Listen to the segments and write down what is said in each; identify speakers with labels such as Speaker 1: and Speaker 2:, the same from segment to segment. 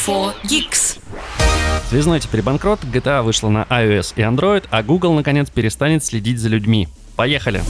Speaker 1: 4Geeks.
Speaker 2: Связной теперь банкрот, GTA вышла на iOS и Android, а Google наконец перестанет следить за людьми. Поехали!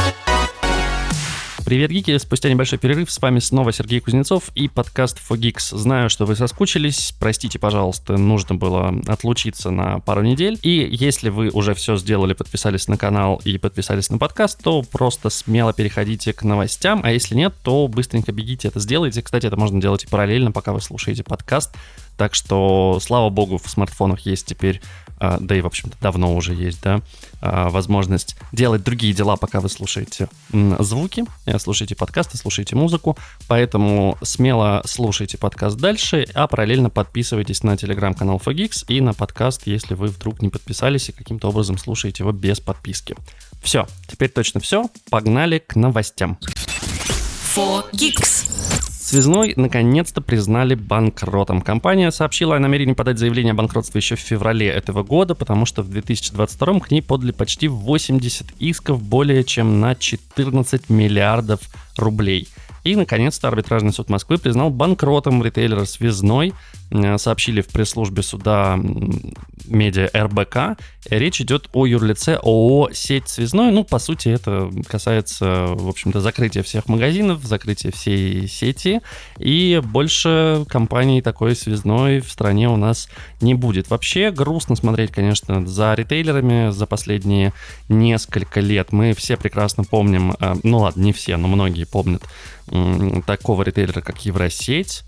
Speaker 2: Привет, гики! Спустя небольшой перерыв с вами снова Сергей Кузнецов и подкаст 4Geeks. Знаю, что вы соскучились, простите, пожалуйста, нужно было отлучиться на пару недель. И если вы уже все сделали, подписались на канал и подписались на подкаст, то просто смело переходите к новостям, а если нет, то быстренько бегите это сделайте. Кстати, это можно делать и параллельно, пока вы слушаете подкаст. Так что, слава богу, в смартфонах есть теперь, да и, в общем-то, давно уже есть, да, возможность делать другие дела, пока вы слушаете звуки, слушаете подкасты, слушаете музыку. Поэтому смело слушайте подкаст дальше, а параллельно подписывайтесь на телеграм-канал 4Geeks и на подкаст, если вы вдруг не подписались и каким-то образом слушаете его без подписки. Все, теперь точно все, погнали к новостям.
Speaker 1: 4Geeks.
Speaker 2: Связной наконец-то признали банкротом. Компания сообщила о намерении подать заявление о банкротстве еще в феврале этого года, потому что в 2022 к ней подали почти 80 исков более чем на 14 миллиардов рублей. И, наконец-то, арбитражный суд Москвы признал банкротом ритейлера «Связной», сообщили в пресс-службе суда медиа РБК. Речь идет о юрлице ООО «Сеть Связной». Ну, по сути, это касается, в общем-то, закрытия всех магазинов, закрытия всей сети. И больше компаний такой «Связной» в стране у нас не будет. Вообще, грустно смотреть, конечно, за ритейлерами за последние несколько лет. Мы все прекрасно помним, ну ладно, не все, но многие помнят такого ритейлера, как Евросеть.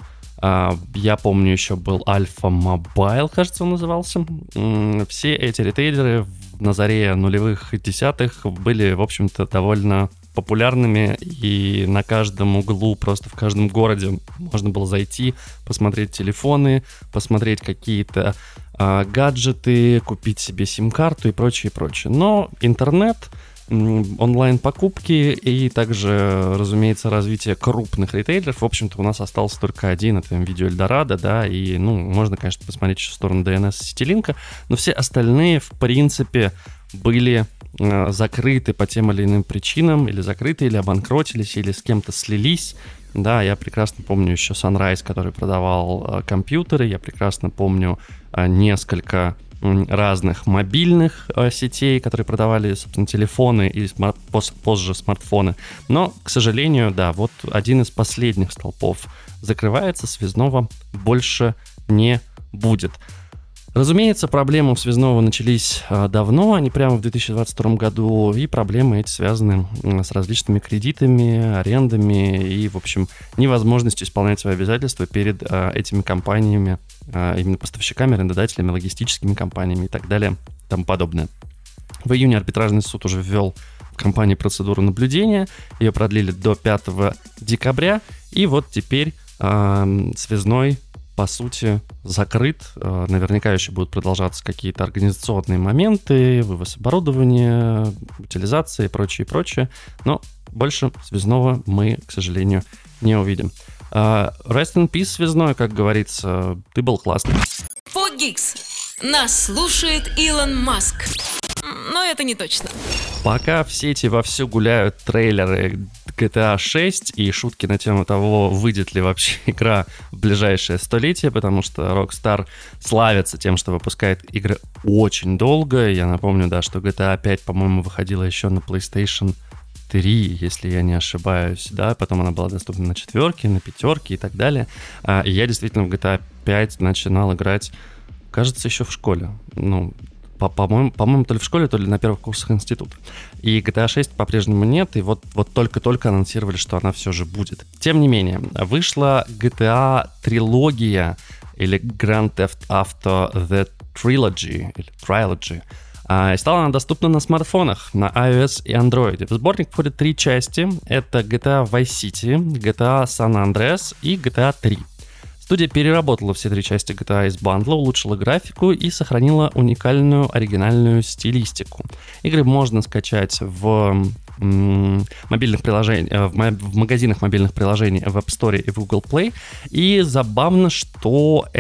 Speaker 2: Я помню, еще был Альфа Мобайл, кажется, он назывался. Все эти ритейлеры на заре нулевых и десятых были, в общем-то, довольно популярными, и на каждом углу, просто в каждом городе можно было зайти, посмотреть телефоны, посмотреть какие-то гаджеты, купить себе сим-карту и прочее, прочее. Но интернет, онлайн-покупки и также, разумеется, развитие крупных ритейлеров. В общем-то, у нас остался только один, это Видео Эльдорадо, да, и, можно, конечно, посмотреть еще в сторону DNS Ситилинка, но все остальные, в принципе, были закрыты по тем или иным причинам, или закрыты, или обанкротились, или с кем-то слились. Да, я прекрасно помню еще Sunrise, который продавал компьютеры, я прекрасно помню несколько разных мобильных сетей, которые продавали, собственно, телефоны и позже смартфоны. Но, к сожалению, да, вот один из последних столпов закрывается, Связного больше не будет. Разумеется, проблемы у Связного начались давно, они прямо в 2022 году, и проблемы эти связаны с различными кредитами, арендами и, в общем, невозможностью исполнять свои обязательства перед этими компаниями, именно поставщиками, арендодателями, логистическими компаниями и так далее, и тому подобное. В июне арбитражный суд уже ввел в компании процедуру наблюдения, ее продлили до 5 декабря, и вот теперь Связной, по сути, закрыт. Наверняка еще будут продолжаться какие-то организационные моменты, вывоз оборудования, утилизация и прочее, прочее. Но больше Связного мы, к сожалению, не увидим. Rest in peace, Связной, как говорится, ты был классный.
Speaker 1: 4Geeks. Нас слушает Илон Маск. Но это не точно.
Speaker 2: Пока в сети вовсю гуляют трейлеры GTA 6 и шутки на тему того, выйдет ли вообще игра в ближайшее столетие, потому что Rockstar славится тем, что выпускает игры очень долго. Я напомню, да, что GTA 5, по-моему, выходила еще на PlayStation 3, если я не ошибаюсь, да, потом она была доступна на 4, на 5 и так далее. И я действительно в GTA 5 начинал играть, кажется, еще в школе. По-моему, то ли в школе, то ли на первых курсах института. И GTA 6 по-прежнему нет, и вот только-только анонсировали, что она все же будет. Тем не менее, вышла GTA трилогия, или Grand Theft Auto The Trilogy, или Trilogy. И стала она доступна на смартфонах, на iOS и Android. В сборник входят 3 части. Это GTA Vice City, GTA San Andreas и GTA 3. Студия переработала все 3 части GTA из бандла, улучшила графику и сохранила уникальную оригинальную стилистику. Игры можно скачать в мобильных приложениях, в магазинах мобильных приложений в App Store и в Google Play. И забавно, что это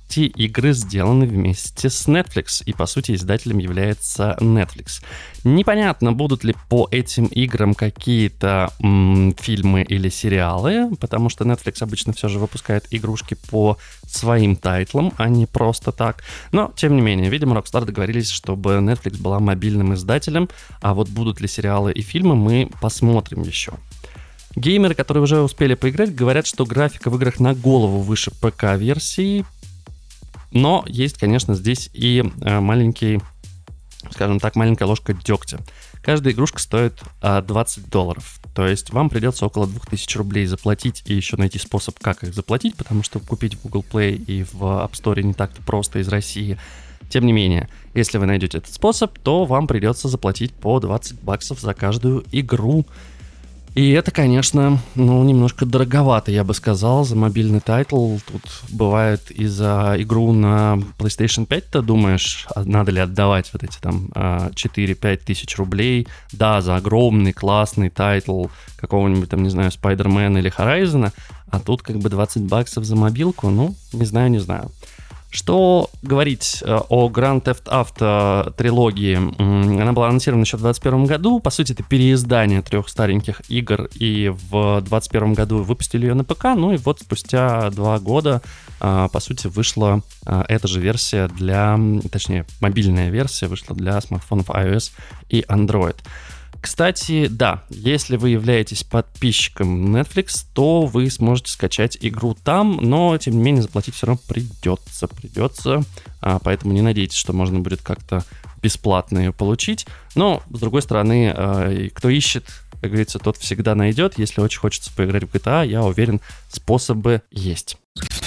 Speaker 2: эти игры сделаны вместе с Netflix, и, по сути, издателем является Netflix. Непонятно, будут ли по этим играм какие-то фильмы или сериалы, потому что Netflix обычно все же выпускает игрушки по своим тайтлам, а не просто так. Но, тем не менее, видимо, Rockstar договорились, чтобы Netflix была мобильным издателем, а вот будут ли сериалы и фильмы, мы посмотрим еще. Геймеры, которые уже успели поиграть, говорят, что графика в играх на голову выше ПК-версии, но есть, конечно, здесь и маленький, скажем так, маленькая ложка дегтя. Каждая игрушка стоит $20, то есть вам придется около 2000 рублей заплатить и еще найти способ, как их заплатить, потому что купить в Google Play и в App Store не так-то просто из России. Тем не менее, если вы найдете этот способ, то вам придется заплатить по $20 за каждую игру. И это, конечно, немножко дороговато, я бы сказал, за мобильный тайтл. Тут бывает и за игру на PlayStation 5 ты думаешь, надо ли отдавать вот эти там 4-5 тысяч рублей. Да, за огромный классный тайтл какого-нибудь там, не знаю, Spider-Man или Horizon, а тут как бы $20 за мобилку, не знаю. Что говорить о Grand Theft Auto трилогии? Она была анонсирована еще в 2021 году. По сути, это переиздание 3 стареньких игр. И в 2021 году выпустили ее на ПК. И вот спустя 2 года, по сути, вышла эта же версия точнее, мобильная версия вышла для смартфонов iOS и Android. Кстати, да, если вы являетесь подписчиком Netflix, то вы сможете скачать игру там, но, тем не менее, заплатить все равно придется, поэтому не надейтесь, что можно будет как-то бесплатно ее получить. Но, с другой стороны, кто ищет, как говорится, тот всегда найдет. Если очень хочется поиграть в GTA, я уверен, способы есть.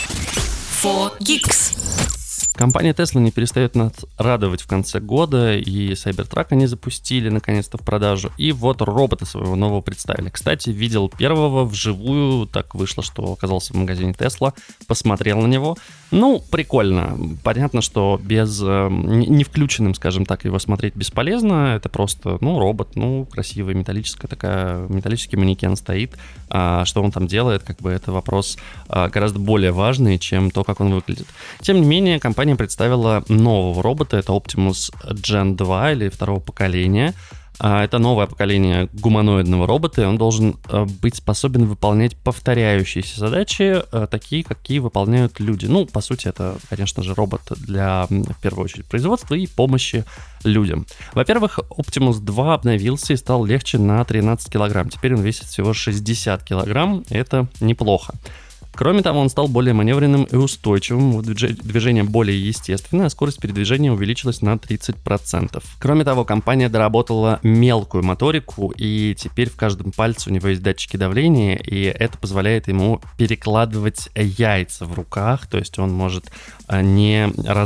Speaker 1: 4Geeks.
Speaker 2: Компания Tesla не перестает нас радовать в конце года, и Cybertruck они запустили наконец-то в продажу, и вот робота своего нового представили. Кстати, видел первого вживую, так вышло, что оказался в магазине Tesla, посмотрел на него. Прикольно. Понятно, что без не включенным, скажем так, его смотреть бесполезно. Это просто, робот, красивый, металлический манекен стоит. Что он там делает, это вопрос гораздо более важный, чем то, как он выглядит. Тем не менее, компания представила нового робота, это Optimus Gen 2 или второго поколения. Это новое поколение гуманоидного робота, и он должен быть способен выполнять повторяющиеся задачи, такие, какие выполняют люди. По сути, это, конечно же, робот для, в первую очередь, производства и помощи людям. Во-первых, Optimus 2 обновился и стал легче на 13 килограмм. Теперь он весит всего 60 килограмм, это неплохо. Кроме того, он стал более маневренным и устойчивым, движение более естественное, а скорость передвижения увеличилась на 30%. Кроме того, компания доработала мелкую моторику, и теперь в каждом пальце у него есть датчики давления, и это позволяет ему перекладывать яйца в руках, то есть он может, не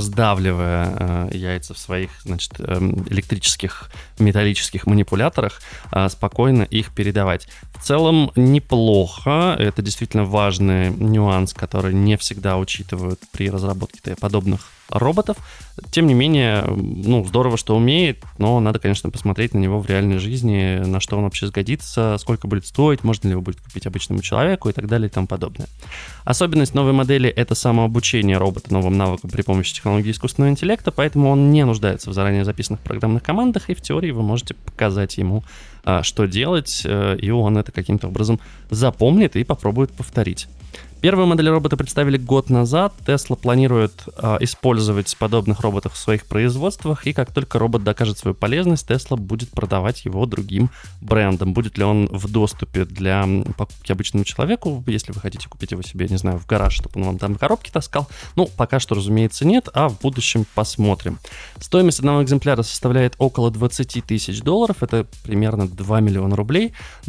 Speaker 2: раздавливая яйца в своих, электрических, металлических манипуляторах, спокойно их передавать. В целом неплохо, это действительно важный нюанс, который не всегда учитывают при разработке подобных роботов. Тем не менее, здорово, что умеет, но надо, конечно, посмотреть на него в реальной жизни, на что он вообще сгодится, сколько будет стоить, можно ли его будет купить обычному человеку и так далее и тому подобное. Особенность новой модели — это самообучение робота новым навыкам при помощи технологии искусственного интеллекта, поэтому он не нуждается в заранее записанных программных командах, и в теории вы можете показать ему, что делать, и он это каким-то образом запомнит и попробует повторить. Первую модель робота представили год назад. Tesla планирует использовать подобных роботов в своих производствах, и как только робот докажет свою полезность, Tesla будет продавать его другим брендам. Будет ли он в доступе для покупки обычному человеку, если вы хотите купить его себе, не знаю, в гараж, чтобы он вам там коробки таскал? Пока что, разумеется, нет, а в будущем посмотрим. Стоимость одного экземпляра составляет около $20 тысяч, это примерно 2 миллиона рублей.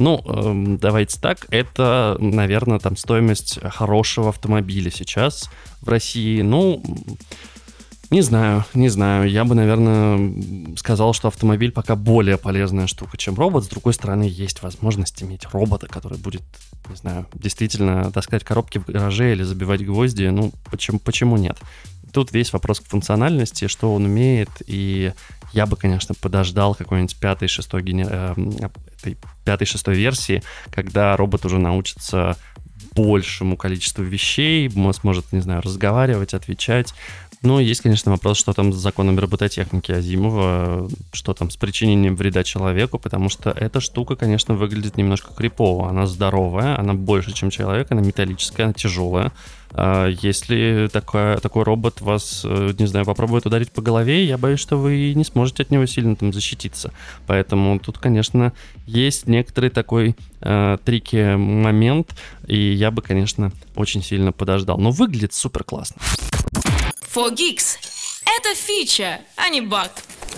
Speaker 2: Давайте так, это, наверное, стоимость хорошего автомобиля сейчас в России. Не знаю. Я бы, наверное, сказал, что автомобиль пока более полезная штука, чем робот. С другой стороны, есть возможность иметь робота, который будет, не знаю, действительно таскать коробки в гараже или забивать гвозди. Почему нет? Тут весь вопрос к функциональности, что он умеет, и я бы, конечно, подождал какой-нибудь 5-6 версии, когда робот уже научится большему количеству вещей, сможет, не знаю, разговаривать, отвечать. Но есть, конечно, вопрос, что там с законом робототехники Азимова, что там с причинением вреда человеку, потому что эта штука, конечно, выглядит немножко крипово. Она здоровая, она больше, чем человек, она металлическая, она тяжелая. Если такой робот вас, не знаю, попробует ударить по голове, я боюсь, что вы не сможете от него сильно там защититься. Поэтому тут, конечно, есть некоторый такой трики момент, и я бы, конечно, очень сильно подождал. Но выглядит супер классно.
Speaker 1: 4Geeks. Это фича, а не баг.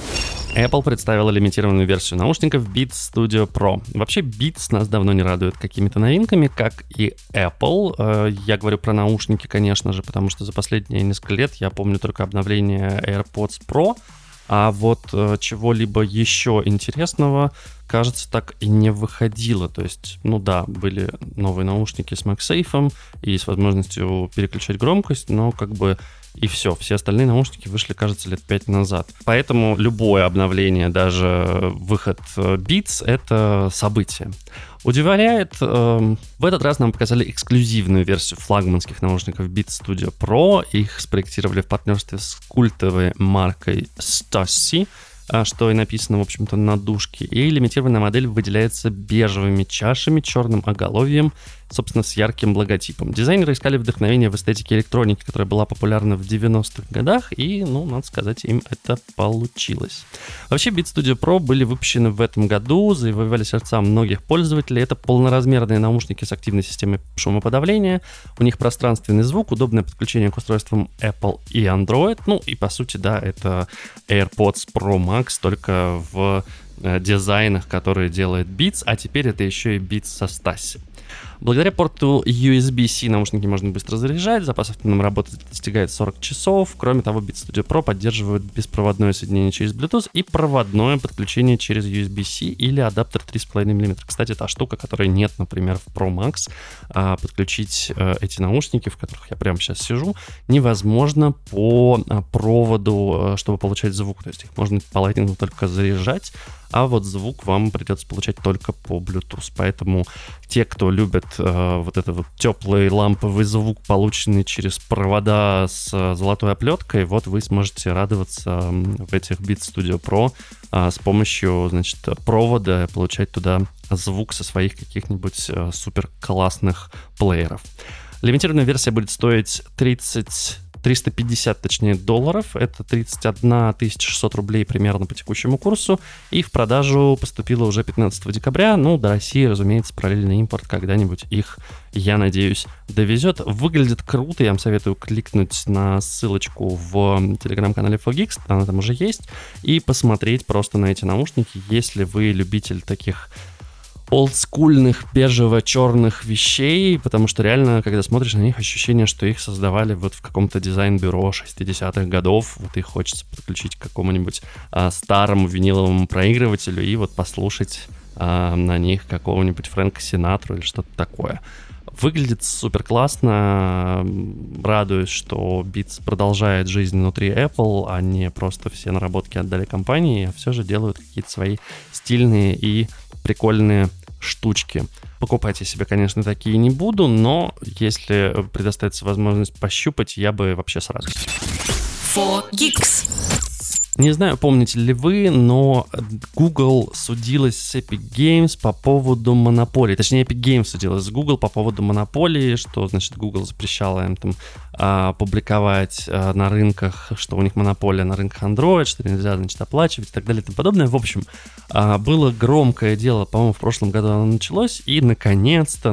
Speaker 2: Apple представила лимитированную версию наушников Beats Studio Pro. Вообще Beats нас давно не радует какими-то новинками, как и Apple. Я говорю про наушники, конечно же, потому что за последние несколько лет я помню только обновление AirPods Pro, а вот чего-либо еще интересного, кажется, так и не выходило. То есть, ну да, были новые наушники с MagSafe и с возможностью переключать громкость, но как бы и все остальные наушники вышли, кажется, лет 5 назад. Поэтому любое обновление, даже выход Beats, это событие. Удивляет, в этот раз нам показали эксклюзивную версию флагманских наушников Beats Studio Pro. Их спроектировали в партнерстве с культовой маркой Stussy, что и написано, в общем-то, на дужке. И лимитированная модель выделяется бежевыми чашами, черным оголовьем, собственно, с ярким логотипом. Дизайнеры искали вдохновение в эстетике электроники, которая была популярна в 90-х годах, и, ну, надо сказать, им это получилось. Вообще, Beats Studio Pro были выпущены в этом году, завоевали сердца многих пользователей. Это полноразмерные наушники с активной системой шумоподавления. У них пространственный звук, удобное подключение к устройствам Apple и Android. Ну, и, по сути, да, это AirPods Pro Max, только в дизайнах, которые делает Beats, а теперь это еще и Beats со Stussy. Благодаря порту USB-C наушники можно быстро заряжать, запас автономной работы достигает 40 часов. Кроме того, Beats Studio Pro поддерживают беспроводное соединение через Bluetooth и проводное подключение через USB-C или адаптер 3,5 мм. Кстати, та штука, которой нет, например, в Pro Max, подключить эти наушники, в которых я прямо сейчас сижу, невозможно по проводу, чтобы получать звук. То есть их можно по Lightning только заряжать, а вот звук вам придется получать только по Bluetooth. Поэтому те, кто любит вот этот вот теплый ламповый звук, полученный через провода с золотой оплеткой, вот вы сможете радоваться в этих Beats Studio Pro с помощью, значит, провода, получать туда звук со своих каких-нибудь супер классных плееров. Лимитированная версия будет стоить 350, точнее, долларов. Это 31 600 рублей примерно по текущему курсу. И в продажу поступило уже 15 декабря. Ну, до России, разумеется, параллельный импорт когда-нибудь их, я надеюсь, довезет. Выглядит круто. Я вам советую кликнуть на ссылочку в телеграм-канале 4Geeks. Она там уже есть. И посмотреть просто на эти наушники, если вы любитель таких олдскульных бежево-черных вещей, потому что реально, когда смотришь на них, ощущение, что их создавали вот в каком-то дизайн-бюро 60-х годов, вот их хочется подключить к какому-нибудь старому виниловому проигрывателю и вот послушать на них какого-нибудь Фрэнка Синатру или что-то такое. Выглядит супер классно, радуюсь, что Beats продолжает жизнь внутри Apple, а не просто все наработки отдали компании, а все же делают какие-то свои стильные и прикольные штучки. Покупать я себе, конечно, такие не буду, но если предоставится возможность пощупать, я бы вообще с радостью.
Speaker 1: 4Geeks.
Speaker 2: Не знаю, помните ли вы, но Google судилась с Epic Games по поводу монополии. Точнее, Epic Games судилась с Google по поводу монополии, что, значит, Google запрещала им там публиковать на рынках, что у них монополия на рынках Android, что нельзя, значит, оплачивать и так далее и тому подобное. В общем, было громкое дело, по-моему, в прошлом году оно началось, и наконец-то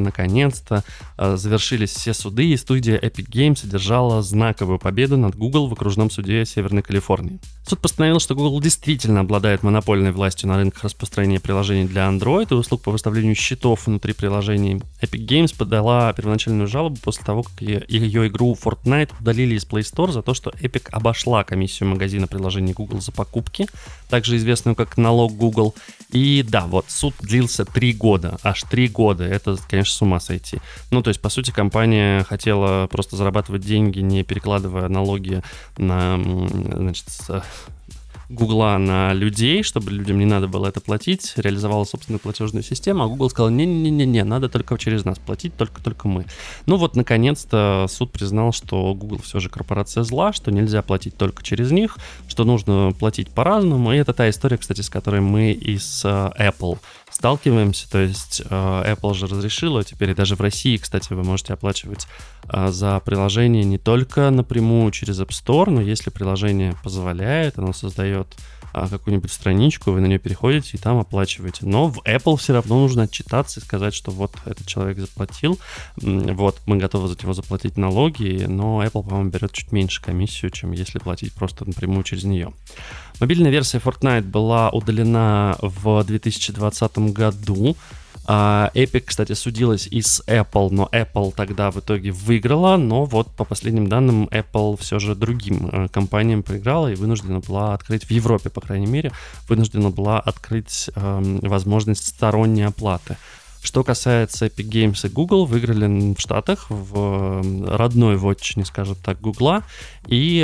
Speaker 2: завершились все суды, и студия Epic Games одержала знаковую победу над Google в окружном суде Северной Калифорнии. Суд постановил, что Google действительно обладает монопольной властью на рынках распространения приложений для Android и услуг по выставлению счетов внутри приложений. Epic Games подала первоначальную жалобу после того, как ее игру Fortnite удалили из Play Store за то, что Epic обошла комиссию магазина приложений Google за покупки, также известную как налог Google. И да, вот суд длился 3 года, аж 3 года, это, конечно, с ума сойти. Ну, то есть, по сути, компания хотела просто зарабатывать деньги, не перекладывая налоги на, значит, Гугла на людей, чтобы людям не надо было это платить, реализовала собственную платежную систему, а Google сказал, не-не-не, надо только через нас платить, только мы. Ну вот, наконец-то суд признал, что Google все же корпорация зла, что нельзя платить только через них, что нужно платить по-разному, и это та история, кстати, с которой мы и с Apple сталкиваемся, то есть Apple же разрешила, теперь и даже в России, кстати, вы можете оплачивать за приложение не только напрямую через App Store, но если приложение позволяет, оно создает какую-нибудь страничку, вы на нее переходите и там оплачиваете. Но в Apple все равно нужно отчитаться и сказать, что вот этот человек заплатил, вот мы готовы за него заплатить налоги, но Apple, по-моему, берет чуть меньше комиссию, чем если платить просто напрямую через нее. Мобильная версия Fortnite была удалена в 2020 году. Epic, кстати, судилась и с Apple, но Apple тогда в итоге выиграла, но вот по последним данным Apple все же другим компаниям проиграла и вынуждена была открыть, в Европе, по крайней мере, вынуждена была открыть возможность сторонней оплаты. Что касается Epic Games и Google, выиграли в Штатах, в родной вотчине, скажем так, Гугла, и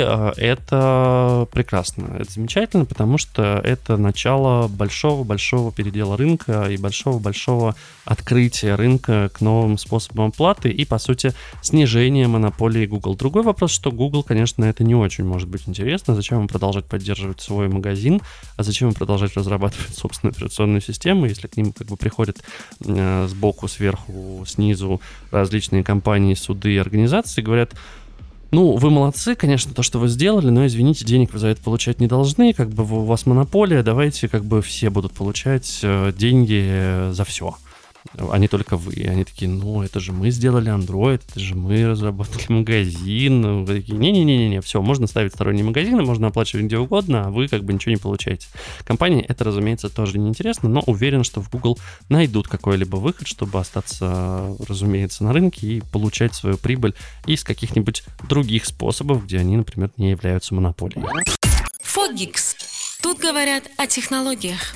Speaker 2: это прекрасно, это замечательно, потому что это начало большого-большого передела рынка и большого-большого открытия рынка к новым способам оплаты и, по сути, снижения монополии Google. Другой вопрос, что Google, конечно, это не очень может быть интересно, зачем им продолжать поддерживать свой магазин, а зачем им продолжать разрабатывать собственную операционную систему, если к ним как бы приходят сбоку, сверху, снизу различные компании, суды и организации, говорят, ну, вы молодцы, конечно, то, что вы сделали, но, извините, денег вы за это получать не должны, как бы у вас монополия, давайте как бы все будут получать деньги за все, а не только вы. И они такие, ну, это же мы сделали Android, это же мы разработали магазин. Вы такие, не-не-не, все, можно ставить сторонние магазины, можно оплачивать где угодно, а вы как бы ничего не получаете. Компании это, разумеется, тоже неинтересно, но уверен, что в Google найдут какой-либо выход, чтобы остаться, разумеется, на рынке и получать свою прибыль из каких-нибудь других способов, где они, например, не являются монополией.
Speaker 1: Фогикс. Тут говорят о технологиях.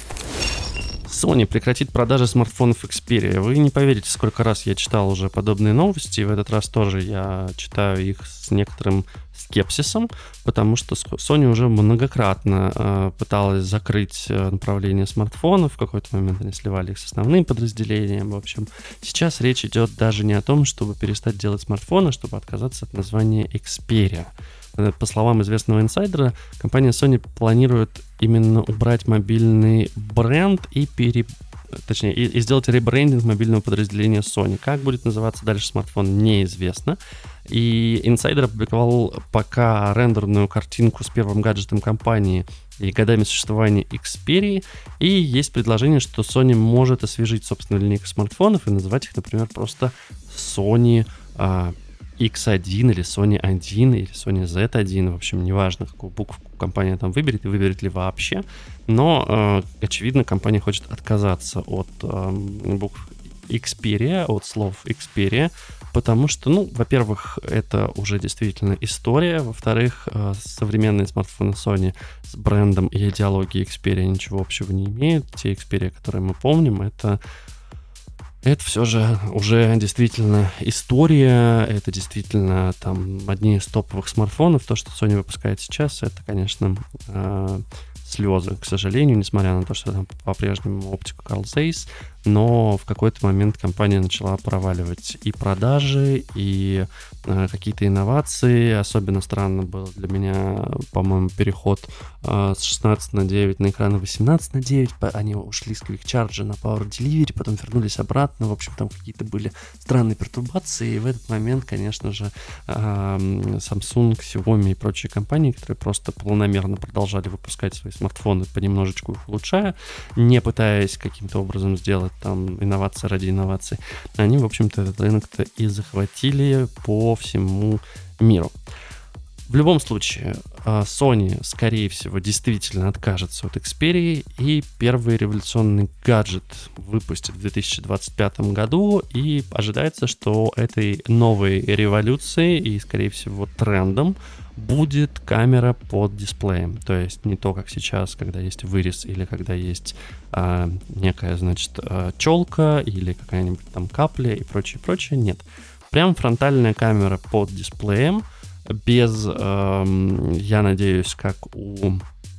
Speaker 2: Sony прекратит продажи смартфонов Xperia. Вы не поверите, сколько раз я читал уже подобные новости, и в этот раз тоже я читаю их с некоторым скепсисом, потому что Sony уже многократно пыталась закрыть направление смартфонов, в какой-то момент они сливали их с основным подразделением. В общем, сейчас речь идет даже не о том, чтобы перестать делать смартфоны, чтобы отказаться от названия Xperia. По словам известного инсайдера, компания Sony планирует именно убрать мобильный бренд и сделать ребрендинг мобильного подразделения Sony. Как будет называться дальше смартфон, неизвестно. И инсайдер опубликовал пока рендерную картинку с первым гаджетом компании и годами существования Xperia. И есть предложение, что Sony может освежить собственную линейку смартфонов и называть их, например, просто Sony X1 или Sony 1 или Sony Z1, в общем, неважно, какую букву компания там выберет и выберет ли вообще, но, очевидно, компания хочет отказаться от букв Xperia, от слов Xperia, потому что, ну, во-первых, это уже действительно история, во-вторых, современные смартфоны Sony с брендом и идеологией Xperia ничего общего не имеют. Те Xperia, которые мы помним, это все же уже действительно история, это действительно там одни из топовых смартфонов. То, что Sony выпускает сейчас, это, конечно, слезы, к сожалению, несмотря на то, что там по-прежнему оптика Carl Zeiss, но в какой-то момент компания начала проваливать и продажи, и какие-то инновации. Особенно странно было для меня, по-моему, переход с 16 на 9 на экраны 18 на 9. Они ушли с Quick Charge на Power Delivery, потом вернулись обратно. В общем, там какие-то были странные пертурбации. И в этот момент, конечно же, Samsung, Xiaomi и прочие компании, которые просто планомерно продолжали выпускать свои смартфоны, понемножечку их улучшая, не пытаясь каким-то образом сделать там инновации ради инноваций, они, в общем-то, этот рынок-то и захватили по всему миру. В любом случае, Sony, скорее всего, действительно откажется от Xperia и первый революционный гаджет выпустит в 2025 году, и ожидается, что этой новой революцией и, скорее всего, трендом будет камера под дисплеем. То есть не то, как сейчас, когда есть вырез или когда есть некая, значит, челка или какая-нибудь там капля и прочее. Нет. Прям фронтальная камера под дисплеем, без, я надеюсь, как у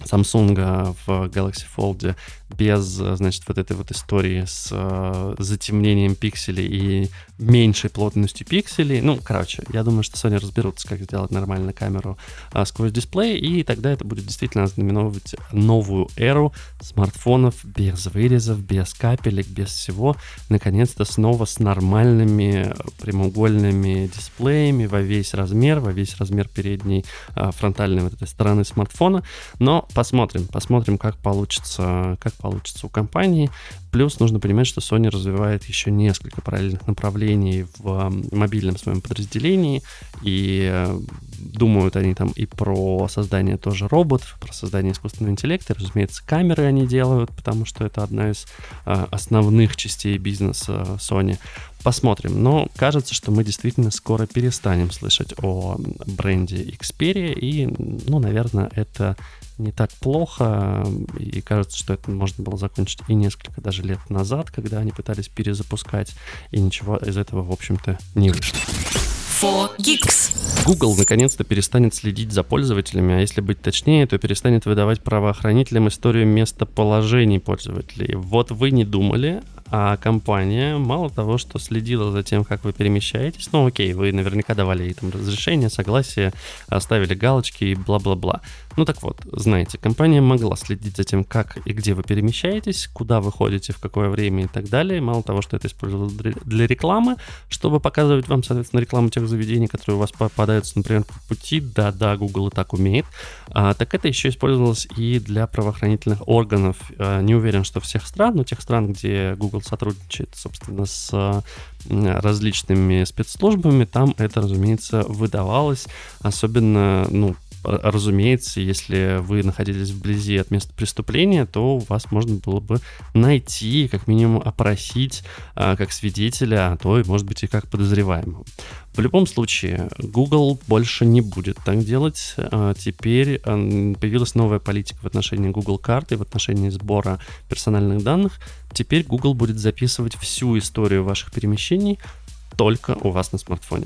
Speaker 2: Samsung в Galaxy Fold без, значит, вот этой вот истории с затемнением пикселей и меньшей плотностью пикселей. Ну, короче, я думаю, что Sony разберутся, как сделать нормально камеру сквозь дисплей, и тогда это будет действительно ознаменовывать новую эру смартфонов без вырезов, без капелек, без всего. Наконец-то снова с нормальными прямоугольными дисплеями во весь размер передней фронтальной вот этой стороны смартфона. Но посмотрим, как получится у компании. Плюс нужно понимать, что Sony развивает еще несколько параллельных направлений в мобильном своем подразделении, и думают они там и про создание тоже роботов, про создание искусственного интеллекта, разумеется, камеры они делают, потому что это одна из основных частей бизнеса Sony. Посмотрим, но кажется, что мы действительно скоро перестанем слышать о бренде Xperia, и, ну, наверное, это не так плохо, и кажется, что это можно было закончить и несколько даже лет назад, когда они пытались перезапускать, и ничего из этого, в общем-то, не вышло. Google наконец-то перестанет следить за пользователями, а если быть точнее, то перестанет выдавать правоохранителям историю местоположений пользователей. Вот вы не думали, а компания мало того, что следила за тем, как вы перемещаетесь, ну окей, вы наверняка давали ей там разрешение, согласие, оставили галочки и бла-бла-бла. Ну так вот, знаете, компания могла следить за тем, как и где вы перемещаетесь, куда вы ходите, в какое время и так далее. Мало того, что это использовалось для рекламы, чтобы показывать вам, соответственно, рекламу тех заведений, которые у вас попадаются, например, по пути. Да, Google и так умеет. Так это еще использовалось и для правоохранительных органов. Не уверен, что всех стран, но тех стран, где Google сотрудничает, собственно, с различными спецслужбами, там это, разумеется, выдавалось. Особенно, разумеется, если вы находились вблизи от места преступления, то вас можно было бы найти, как минимум опросить как свидетеля, а то и, может быть, и как подозреваемого. В любом случае, Google больше не будет так делать. Теперь появилась новая политика в отношении Google карты, в отношении сбора персональных данных. Теперь Google будет записывать всю историю ваших перемещений только у вас на смартфоне.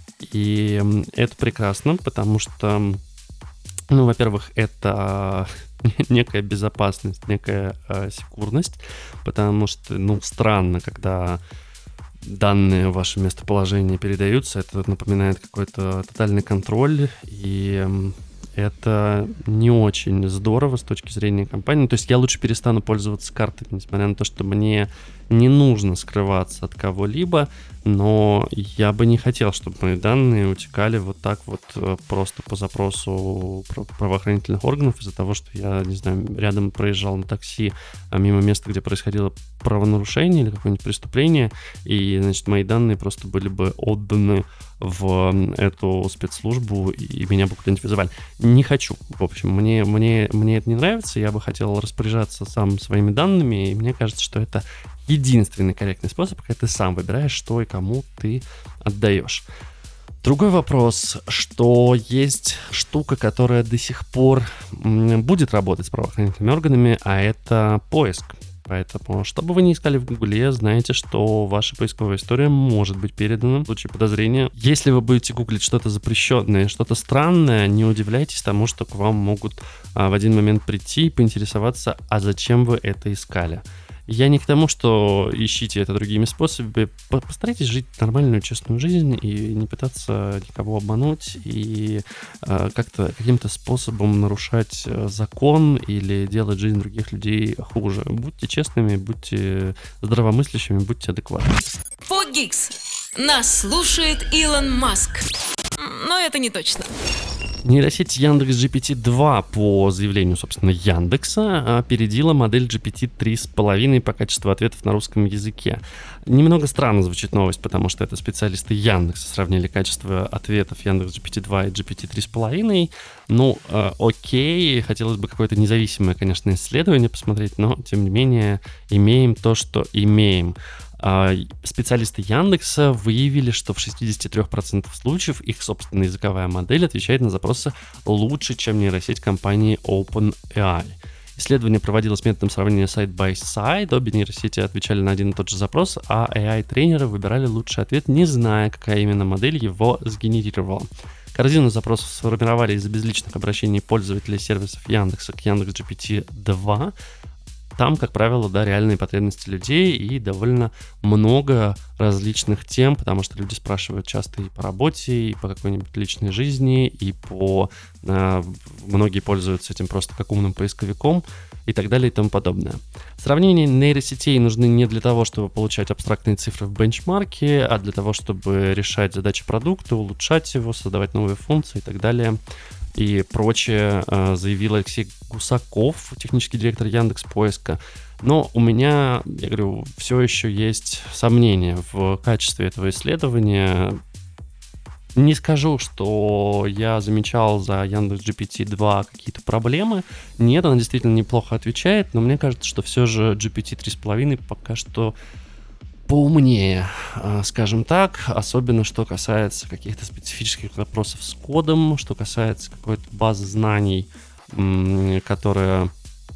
Speaker 2: И это прекрасно, потому что, во-первых, это некая безопасность, некая секурность, потому что, странно, когда данные в ваше местоположение передаются, это напоминает какой-то тотальный контроль, и это не очень здорово с точки зрения компании. То есть я лучше перестану пользоваться картой, несмотря на то, что мне не нужно скрываться от кого-либо, но я бы не хотел, чтобы мои данные утекали вот так вот просто по запросу правоохранительных органов из-за того, что я, не знаю, рядом проезжал на такси мимо места, где происходило правонарушение или какое-нибудь преступление, и, значит, мои данные просто были бы отданы в эту спецслужбу, и меня бы куда-нибудь вызывали. Не хочу. В общем, мне это не нравится, я бы хотел распоряжаться сам своими данными, и мне кажется, что это единственный корректный способ, когда ты сам выбираешь, что и кому ты отдаешь. Другой вопрос, что есть штука, которая до сих пор будет работать с правоохранительными органами, а это поиск. Поэтому, что бы вы ни искали в Гугле, знаете, что ваша поисковая история может быть передана в случае подозрения. Если вы будете гуглить что-то запрещенное, что-то странное, не удивляйтесь тому, что к вам могут в один момент прийти и поинтересоваться, а зачем вы это искали. Я не к тому, что ищите это другими способами. Постарайтесь жить нормальную, честную жизнь и не пытаться никого обмануть и как-то каким-то способом нарушать закон или делать жизнь других людей хуже. Будьте честными, будьте здравомыслящими, будьте адекватными.
Speaker 1: Фогикс. Нас слушает Илон Маск. Но это не точно.
Speaker 2: Нейросеть Яндекс.GPT-2 по заявлению, собственно, Яндекса опередила модель GPT 3.5 по качеству ответов на русском языке. Немного странно звучит новость, потому что это специалисты Яндекса сравнили качество ответов Яндекс.GPT-2 и GPT 3.5. Окей, хотелось бы какое-то независимое, конечно, исследование посмотреть, но, тем не менее, имеем то, что имеем. Специалисты Яндекса выявили, что в 63% случаев их собственная языковая модель отвечает на запросы лучше, чем нейросеть компании OpenAI. Исследование проводилось методом сравнения side-by-side. Обе нейросети отвечали на один и тот же запрос, а AI-тренеры выбирали лучший ответ, не зная, какая именно модель его сгенерировала. Корзину запросов сформировали из безличных обращений пользователей сервисов Яндекса к Яндекс.GPT-2. Там, как правило, реальные потребности людей и довольно много различных тем, потому что люди спрашивают часто и по работе, и по какой-нибудь личной жизни, и многие пользуются этим просто как умным поисковиком и так далее и тому подобное. Сравнения нейросетей нужны не для того, чтобы получать абстрактные цифры в бенчмарке, а для того, чтобы решать задачи продукта, улучшать его, создавать новые функции и так далее. И прочее, заявил Алексей Гусаков, технический директор Яндекс.Поиска. Но у меня, я говорю, все еще есть сомнения в качестве этого исследования. Не скажу, что я замечал за Яндекс.GPT-2 какие-то проблемы. Нет, она действительно неплохо отвечает, но мне кажется, что все же GPT 3.5 пока что поумнее, скажем так, особенно что касается каких-то специфических вопросов с кодом, что касается какой-то базы знаний, которая,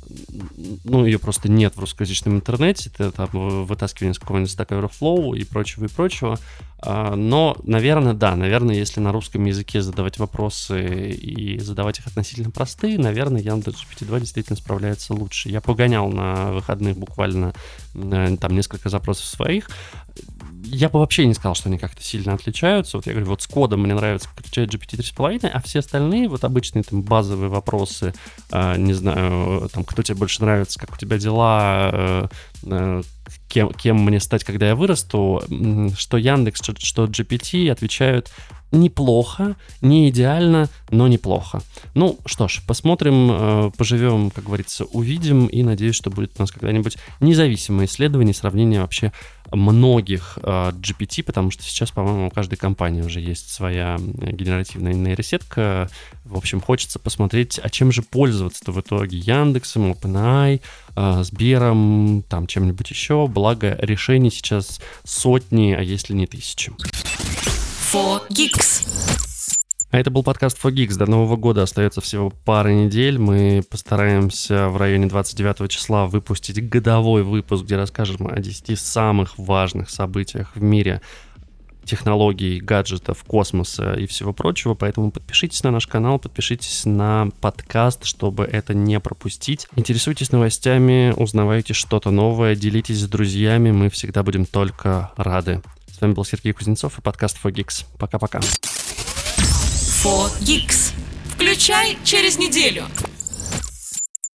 Speaker 2: ее просто нет в русскоязычном интернете, это там вытаскивание с какого-нибудь Stack Overflow и прочего. Но, наверное, если на русском языке задавать вопросы и задавать их относительно простые, наверное, Яндекс.GPT-2 действительно справляется лучше. Я погонял на выходных буквально там несколько запросов своих. Я бы вообще не сказал, что они как-то сильно отличаются. Вот я говорю, с кодом мне нравится, как отвечает GPT 3.5, а все остальные, обычные там базовые вопросы, не знаю, там, кто тебе больше нравится, как у тебя дела, кем мне стать, когда я вырасту, что Яндекс, что GPT отвечают неплохо, не идеально, но неплохо. Ну, что ж, посмотрим, поживем, как говорится, увидим, и надеюсь, что будет у нас когда-нибудь независимое исследование, сравнение вообще многих GPT, потому что сейчас, по-моему, у каждой компании уже есть своя генеративная нейросетка. В общем, хочется посмотреть, а чем же пользоваться-то в итоге: Яндексом, OpenAI, Сбером, там чем-нибудь еще. Благо, решений сейчас сотни, а если не тысячи.
Speaker 1: 4Geeks.
Speaker 2: А это был подкаст 4Geeks. До Нового года остается всего пара недель. Мы постараемся в районе 29 числа выпустить годовой выпуск, где расскажем о 10 самых важных событиях в мире технологий, гаджетов, космоса и всего прочего. Поэтому подпишитесь на наш канал, подпишитесь на подкаст, чтобы это не пропустить. Интересуйтесь новостями, узнавайте что-то новое, делитесь с друзьями. Мы всегда будем только рады. С вами был Сергей Кузнецов и подкаст 4Geeks. Пока-пока.
Speaker 1: 4Geeks. Включай через неделю.